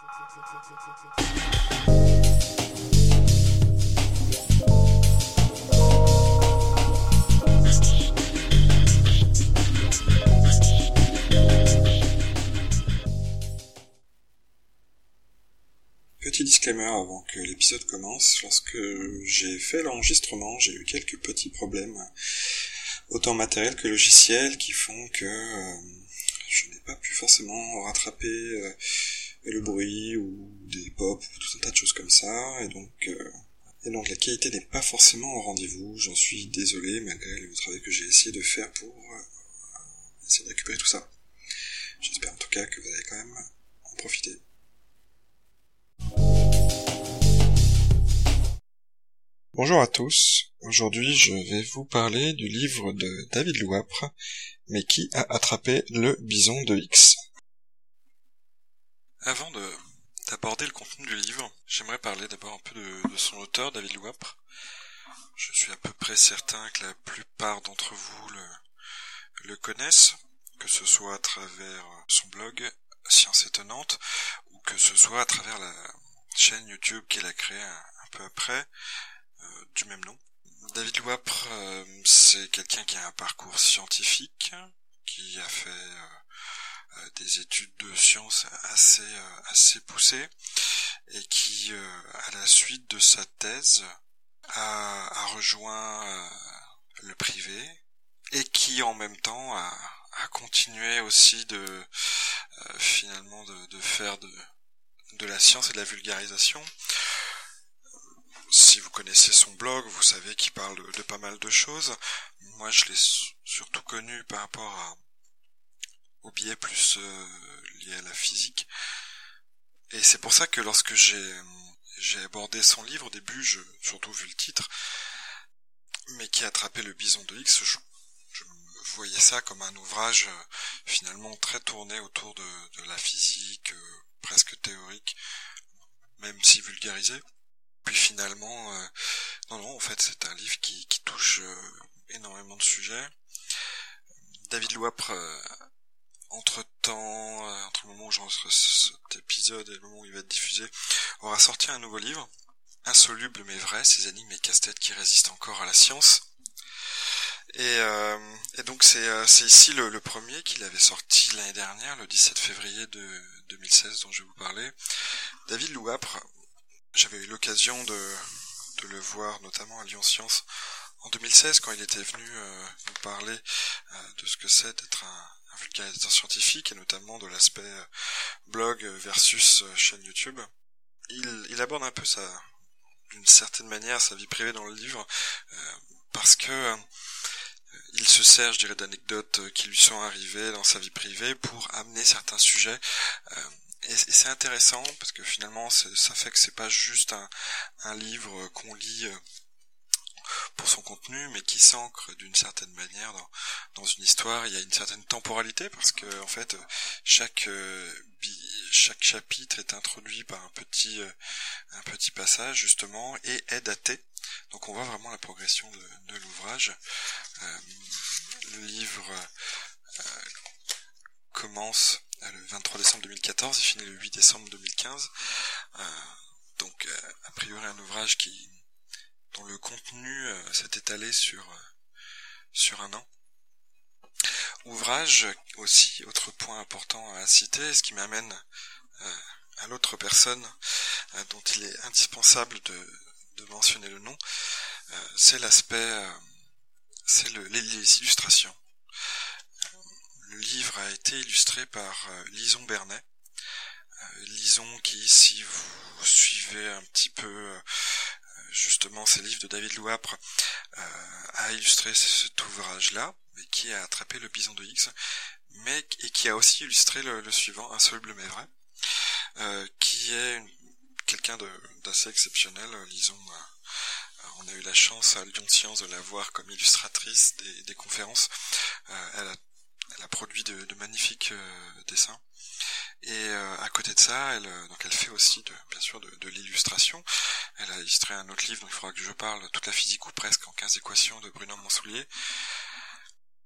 Petit disclaimer avant que l'épisode commence, lorsque j'ai fait l'enregistrement, j'ai eu quelques petits problèmes, autant matériels que logiciels, qui font que je n'ai pas pu forcément rattraper le bruit ou des pops, tout un tas de choses comme ça, et donc la qualité n'est pas forcément au rendez-vous. J'en suis désolé malgré le travail que j'ai essayé de faire pour essayer de récupérer tout ça. J'espère en tout cas que vous allez quand même en profiter. Bonjour à tous, aujourd'hui je vais vous parler du livre de David Louapre, mais qui a attrapé le bison de X. Avant d'aborder le contenu du livre, j'aimerais parler d'abord un peu de son auteur, David Louapre. Je suis à peu près certain que la plupart d'entre vous le connaissent, que ce soit à travers son blog Science Étonnante, ou que ce soit à travers la chaîne YouTube qu'il a créée un peu après, du même nom. David Louapre, c'est quelqu'un qui a un parcours scientifique, qui a fait des études de sciences assez poussées, et qui, à la suite de sa thèse, a rejoint le privé, et qui en même temps a continué aussi de faire de la science et de la vulgarisation. Si vous connaissez son blog, vous savez qu'il parle de pas mal de choses. Moi, je l'ai surtout connu par rapport au biais plus lié à la physique. Et c'est pour ça que lorsque j'ai abordé son livre, au début, surtout vu le titre, mais qui a attrapé le bison de X, je voyais ça comme un ouvrage finalement très tourné autour de la physique, presque théorique, même si vulgarisé. Puis finalement, non, en fait, c'est un livre qui touche énormément de sujets. David Louapre, entre le moment où j'enregistre cet épisode et le moment où il va être diffusé, aura sorti un nouveau livre, Insoluble mais vrai, ces énigmes et casse-têtes qui résistent encore à la science. Et donc c'est ici le premier qu'il avait sorti l'année dernière, le 17 février de 2016, dont je vais vous parler. David Louapre, j'avais eu l'occasion de le voir notamment à Lyon Science en 2016 quand il était venu nous parler de ce que c'est d'être un vulgarisateur scientifique et notamment de l'aspect blog versus chaîne YouTube. Il aborde un peu d'une certaine manière sa vie privée dans le livre parce que il se sert, je dirais, d'anecdotes qui lui sont arrivées dans sa vie privée pour amener certains sujets. Et c'est intéressant parce que finalement ça fait que c'est pas juste un livre qu'on lit pour son contenu, mais qui s'ancre d'une certaine manière dans une histoire. Il y a une certaine temporalité parce que en fait chaque chapitre est introduit par un petit passage justement et est daté. Donc on voit vraiment la progression de l'ouvrage. Le livre commence le 23 décembre 2014 et finit le 8 décembre 2015. Donc a priori un ouvrage dont le contenu s'est étalé sur un an. Ouvrage aussi, autre point important à citer, ce qui m'amène à l'autre personne dont il est indispensable de mentionner le nom, c'est l'aspect, les illustrations. Le livre a été illustré par Lison Bernet. Lison qui, si vous suivez un petit peu justement ces livres de David Louapre, a illustré cet ouvrage-là, mais qui a attrapé le bison de X, et qui a aussi illustré le suivant, Insoluble mais vrai, qui est quelqu'un d'assez exceptionnel. Lison, on a eu la chance à Lyon Science de la voir comme illustratrice des conférences. Elle a produit de magnifiques dessins. Et à côté de ça, elle fait aussi bien sûr de l'illustration. Elle a illustré un autre livre dont il faudra que je parle, Toute la physique ou presque en 15 équations de Bruno Mansoulier.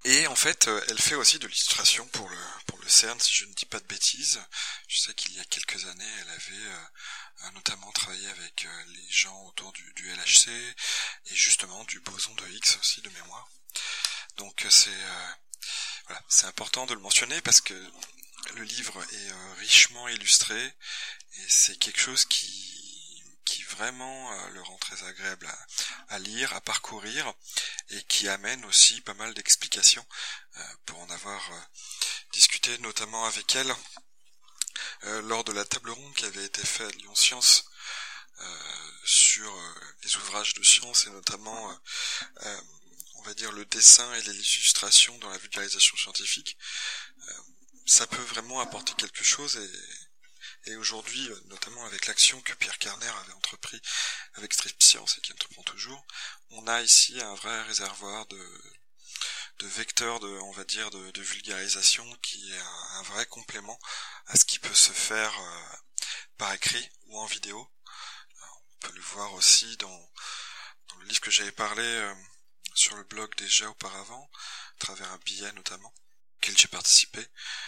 Et en fait, elle fait aussi de l'illustration pour le CERN, si je ne dis pas de bêtises. Je sais qu'il y a quelques années, elle avait notamment travaillé avec les gens autour du LHC et justement du boson de Higgs aussi de mémoire. Donc voilà, c'est important de le mentionner parce que le livre est richement illustré et c'est quelque chose qui vraiment le rend très agréable à lire, à parcourir et qui amène aussi pas mal d'explications pour en avoir discuté notamment avec elle lors de la table ronde qui avait été faite à Lyon Science sur les ouvrages de science et notamment on va dire le dessin et l'illustration dans la vulgarisation scientifique. Ça peut vraiment apporter quelque chose et aujourd'hui, notamment avec l'action que Pierre Carner avait entrepris avec Strip Science et qui entreprend toujours, on a ici un vrai réservoir de vecteurs on va dire, de vulgarisation qui est un vrai complément à ce qui peut se faire par écrit ou en vidéo. On peut le voir aussi dans le livre que j'avais parlé sur le blog déjà auparavant, à travers un billet notamment, auquel j'ai participé.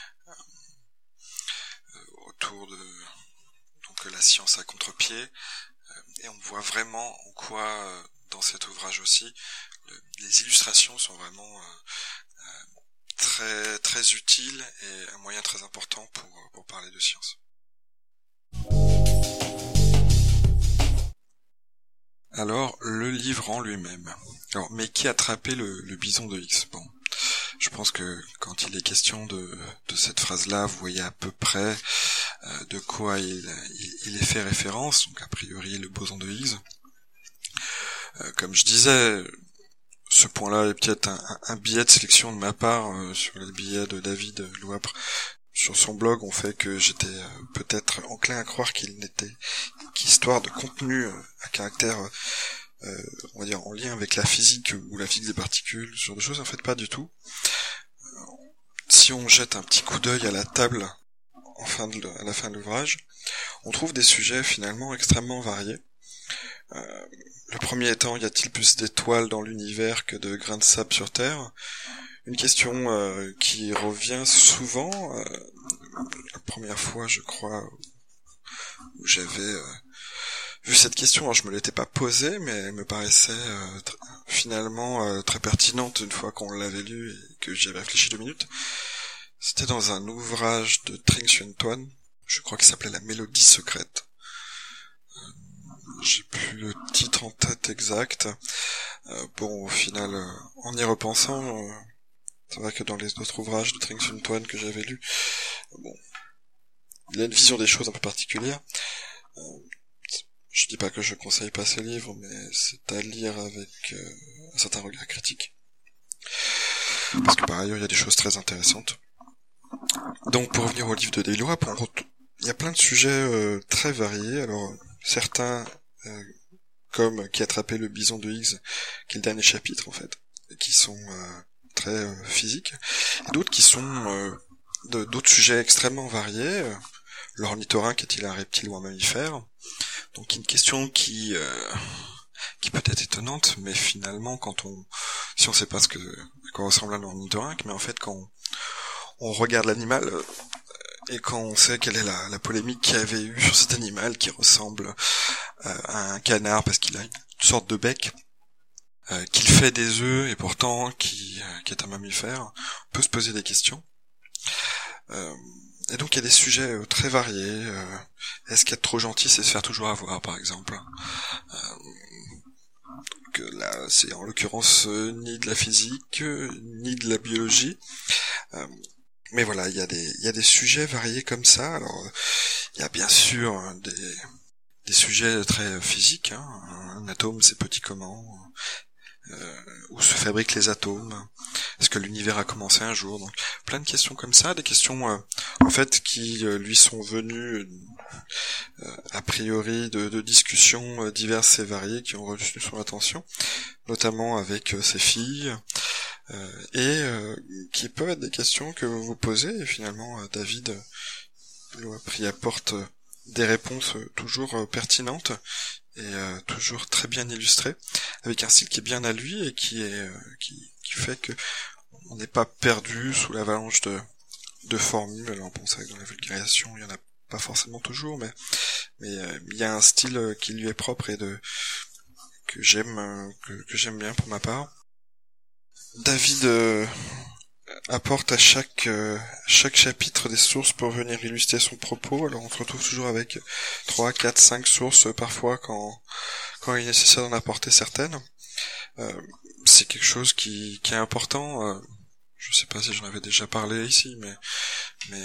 Autour de donc la science à contre-pied et on voit vraiment en quoi dans cet ouvrage aussi les illustrations sont vraiment très très utiles et un moyen très important pour parler de science. Alors le livre en lui-même. Alors mais qui a attrapé le bison de Higgs? Bon. Je pense que quand il est question de cette phrase-là, vous voyez à peu près de quoi il est fait référence, donc a priori le boson de Higgs. Comme je disais, ce point-là est peut-être un billet de sélection de ma part sur les billets de David Louapre. Sur son blog, on fait que j'étais peut-être enclin à croire qu'il n'était qu'histoire de contenu à caractère on va dire en lien avec la physique ou la physique des particules, ce genre de choses, en fait pas du tout. Si on jette un petit coup d'œil à la table à la fin de l'ouvrage, on trouve des sujets finalement extrêmement variés. Le premier étant, y a-t-il plus d'étoiles dans l'univers que de grains de sable sur Terre? Une question qui revient souvent. La première fois, je crois, où j'avais vu cette question, alors je me l'étais pas posée, mais elle me paraissait finalement très pertinente une fois qu'on l'avait lu et que j'y avais réfléchi 2 minutes. C'était dans un ouvrage de Trinh Xuyen Tuan, je crois qu'il s'appelait La Mélodie secrète. J'ai plus le titre en tête exact. Bon, au final, en y repensant, c'est vrai que dans les autres ouvrages de Trinh Xuyen Tuan que j'avais lus, bon, il a une vision des choses un peu particulière. Je dis pas que je conseille pas ce livre, mais c'est à lire avec un certain regard critique. Parce que par ailleurs, il y a des choses très intéressantes. Donc, pour revenir au livre de David Louapre, il y a plein de sujets très variés. Alors, certains, comme Qui attrapait le bison de Higgs, qui est le dernier chapitre, en fait, et qui sont très physiques, et d'autres qui sont d'autres sujets extrêmement variés. L'ornithorynque est-il un reptile ou un mammifère? Donc une question qui peut être étonnante, mais finalement si on sait pas à quoi ressemble un ornithorynque, mais en fait quand on regarde l'animal et quand on sait quelle est la polémique qu'il y avait eu sur cet animal qui ressemble à un canard parce qu'il a une sorte de bec, qu'il fait des œufs et pourtant qui est un mammifère, on peut se poser des questions. Et donc il y a des sujets très variés. Est-ce qu'être trop gentil, c'est se faire toujours avoir, par exemple? Que là, c'est en l'occurrence ni de la physique, ni de la biologie. Mais voilà, il y a des sujets variés comme ça. Alors, il y a bien sûr des sujets très physiques. Un atome, c'est petit comment? Où se fabriquent les atomes? Est-ce que l'univers a commencé un jour? Donc plein de questions comme ça, des questions en fait qui lui sont venues a priori de discussions diverses et variées qui ont reçu son attention, notamment avec ses filles, et qui peuvent être des questions que vous vous posez, et finalement David Louapre apporte des réponses toujours pertinentes et toujours très bien illustrées, avec un style qui est bien à lui et qui fait que on n'est pas perdu sous l'avalanche de formules. Alors bon, c'est vrai que dans la vulgarisation, il y en a pas forcément toujours, mais il y a un style qui lui est propre et que j'aime bien pour ma part. David apporte à chaque chapitre des sources pour venir illustrer son propos. Alors on se retrouve toujours avec 3, 4, 5 sources parfois quand il est nécessaire d'en apporter certaines. C'est quelque chose qui est important. Je sais pas si j'en avais déjà parlé ici, mais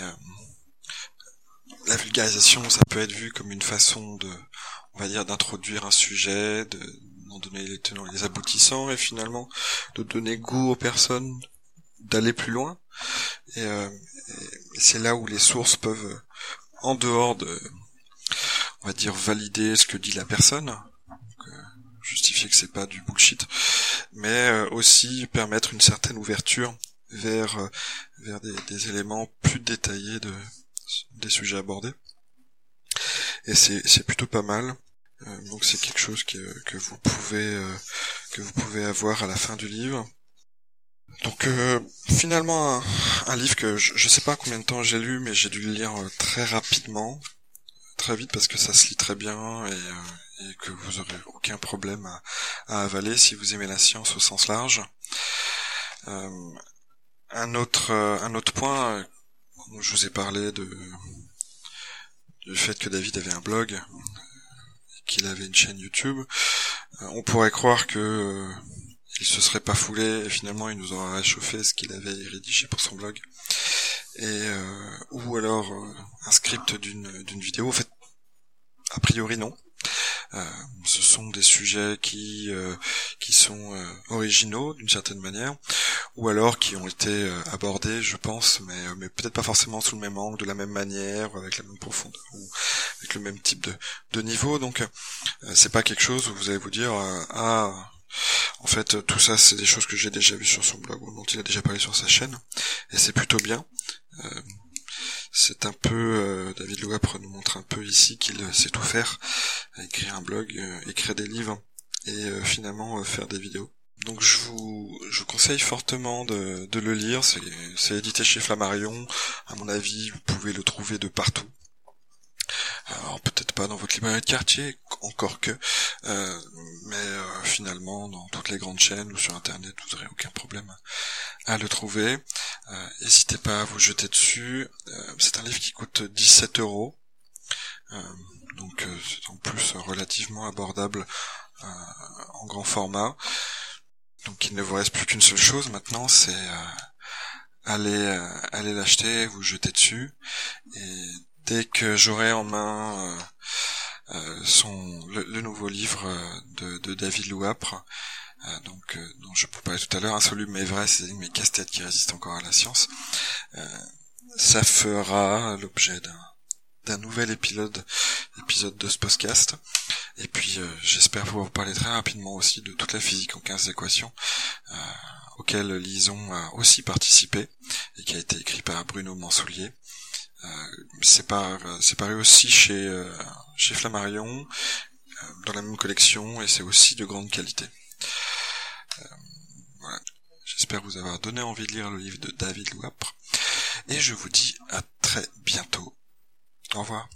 la vulgarisation, ça peut être vu comme une façon on va dire, d'introduire un sujet, d'en donner les tenants et les aboutissants, et finalement de donner goût aux personnes d'aller plus loin. Et c'est là où les sources peuvent, en dehors on va dire, valider ce que dit la personne, donc, justifier que c'est pas du bullshit, mais aussi permettre une certaine ouverture vers des éléments plus détaillés des sujets abordés. Et c'est plutôt pas mal. Donc c'est quelque chose que vous pouvez avoir à la fin du livre. Donc finalement un livre que je sais pas combien de temps j'ai lu, mais j'ai dû le lire très rapidement, très vite, parce que ça se lit très bien et que vous aurez aucun problème à avaler si vous aimez la science au sens large. Un autre point, je vous ai parlé du fait que David avait un blog, qu'il avait une chaîne YouTube. On pourrait croire que il se serait pas foulé et finalement il nous aura réchauffé ce qu'il avait rédigé pour son blog, ou alors un script d'une vidéo. En fait, a priori non. Ce sont des sujets qui sont originaux d'une certaine manière, ou alors qui ont été abordés, je pense, mais peut-être pas forcément sous le même angle, de la même manière, avec la même profondeur, ou avec le même type de niveau. Donc c'est pas quelque chose où vous allez vous dire en fait tout ça c'est des choses que j'ai déjà vues sur son blog ou dont il a déjà parlé sur sa chaîne, et c'est plutôt bien. C'est un peu David Louapre nous montre un peu ici qu'il sait tout faire, écrire un blog, écrire des livres et finalement faire des vidéos. Donc je vous conseille fortement de le lire. C'est édité chez Flammarion. À mon avis, vous pouvez le trouver de partout. Alors peut-être pas dans votre librairie de quartier, encore que, mais finalement dans toutes les grandes chaînes ou sur internet, vous n'aurez aucun problème à le trouver. N'hésitez pas à vous jeter dessus. C'est un livre qui coûte 17€, donc c'est en plus relativement abordable en grand format. Donc il ne vous reste plus qu'une seule chose maintenant, c'est aller l'acheter, vous jeter dessus, et dès que j'aurai en main le nouveau livre de David Louapre, dont je vous parlais tout à l'heure, Insoluble mais vrai, c'est mes casse-têtes qui résistent encore à la science, ça fera l'objet d'un nouvel épisode de ce podcast. Et puis j'espère pouvoir vous parler très rapidement aussi de toute la physique en 15 équations, auquel Lison a aussi participé et qui a été écrit par Bruno Mansoulier. C'est paru aussi chez Flammarion, dans la même collection, et c'est aussi de grande qualité. Voilà. J'espère vous avoir donné envie de lire le livre de David Louapre, et je vous dis à très bientôt. Au revoir.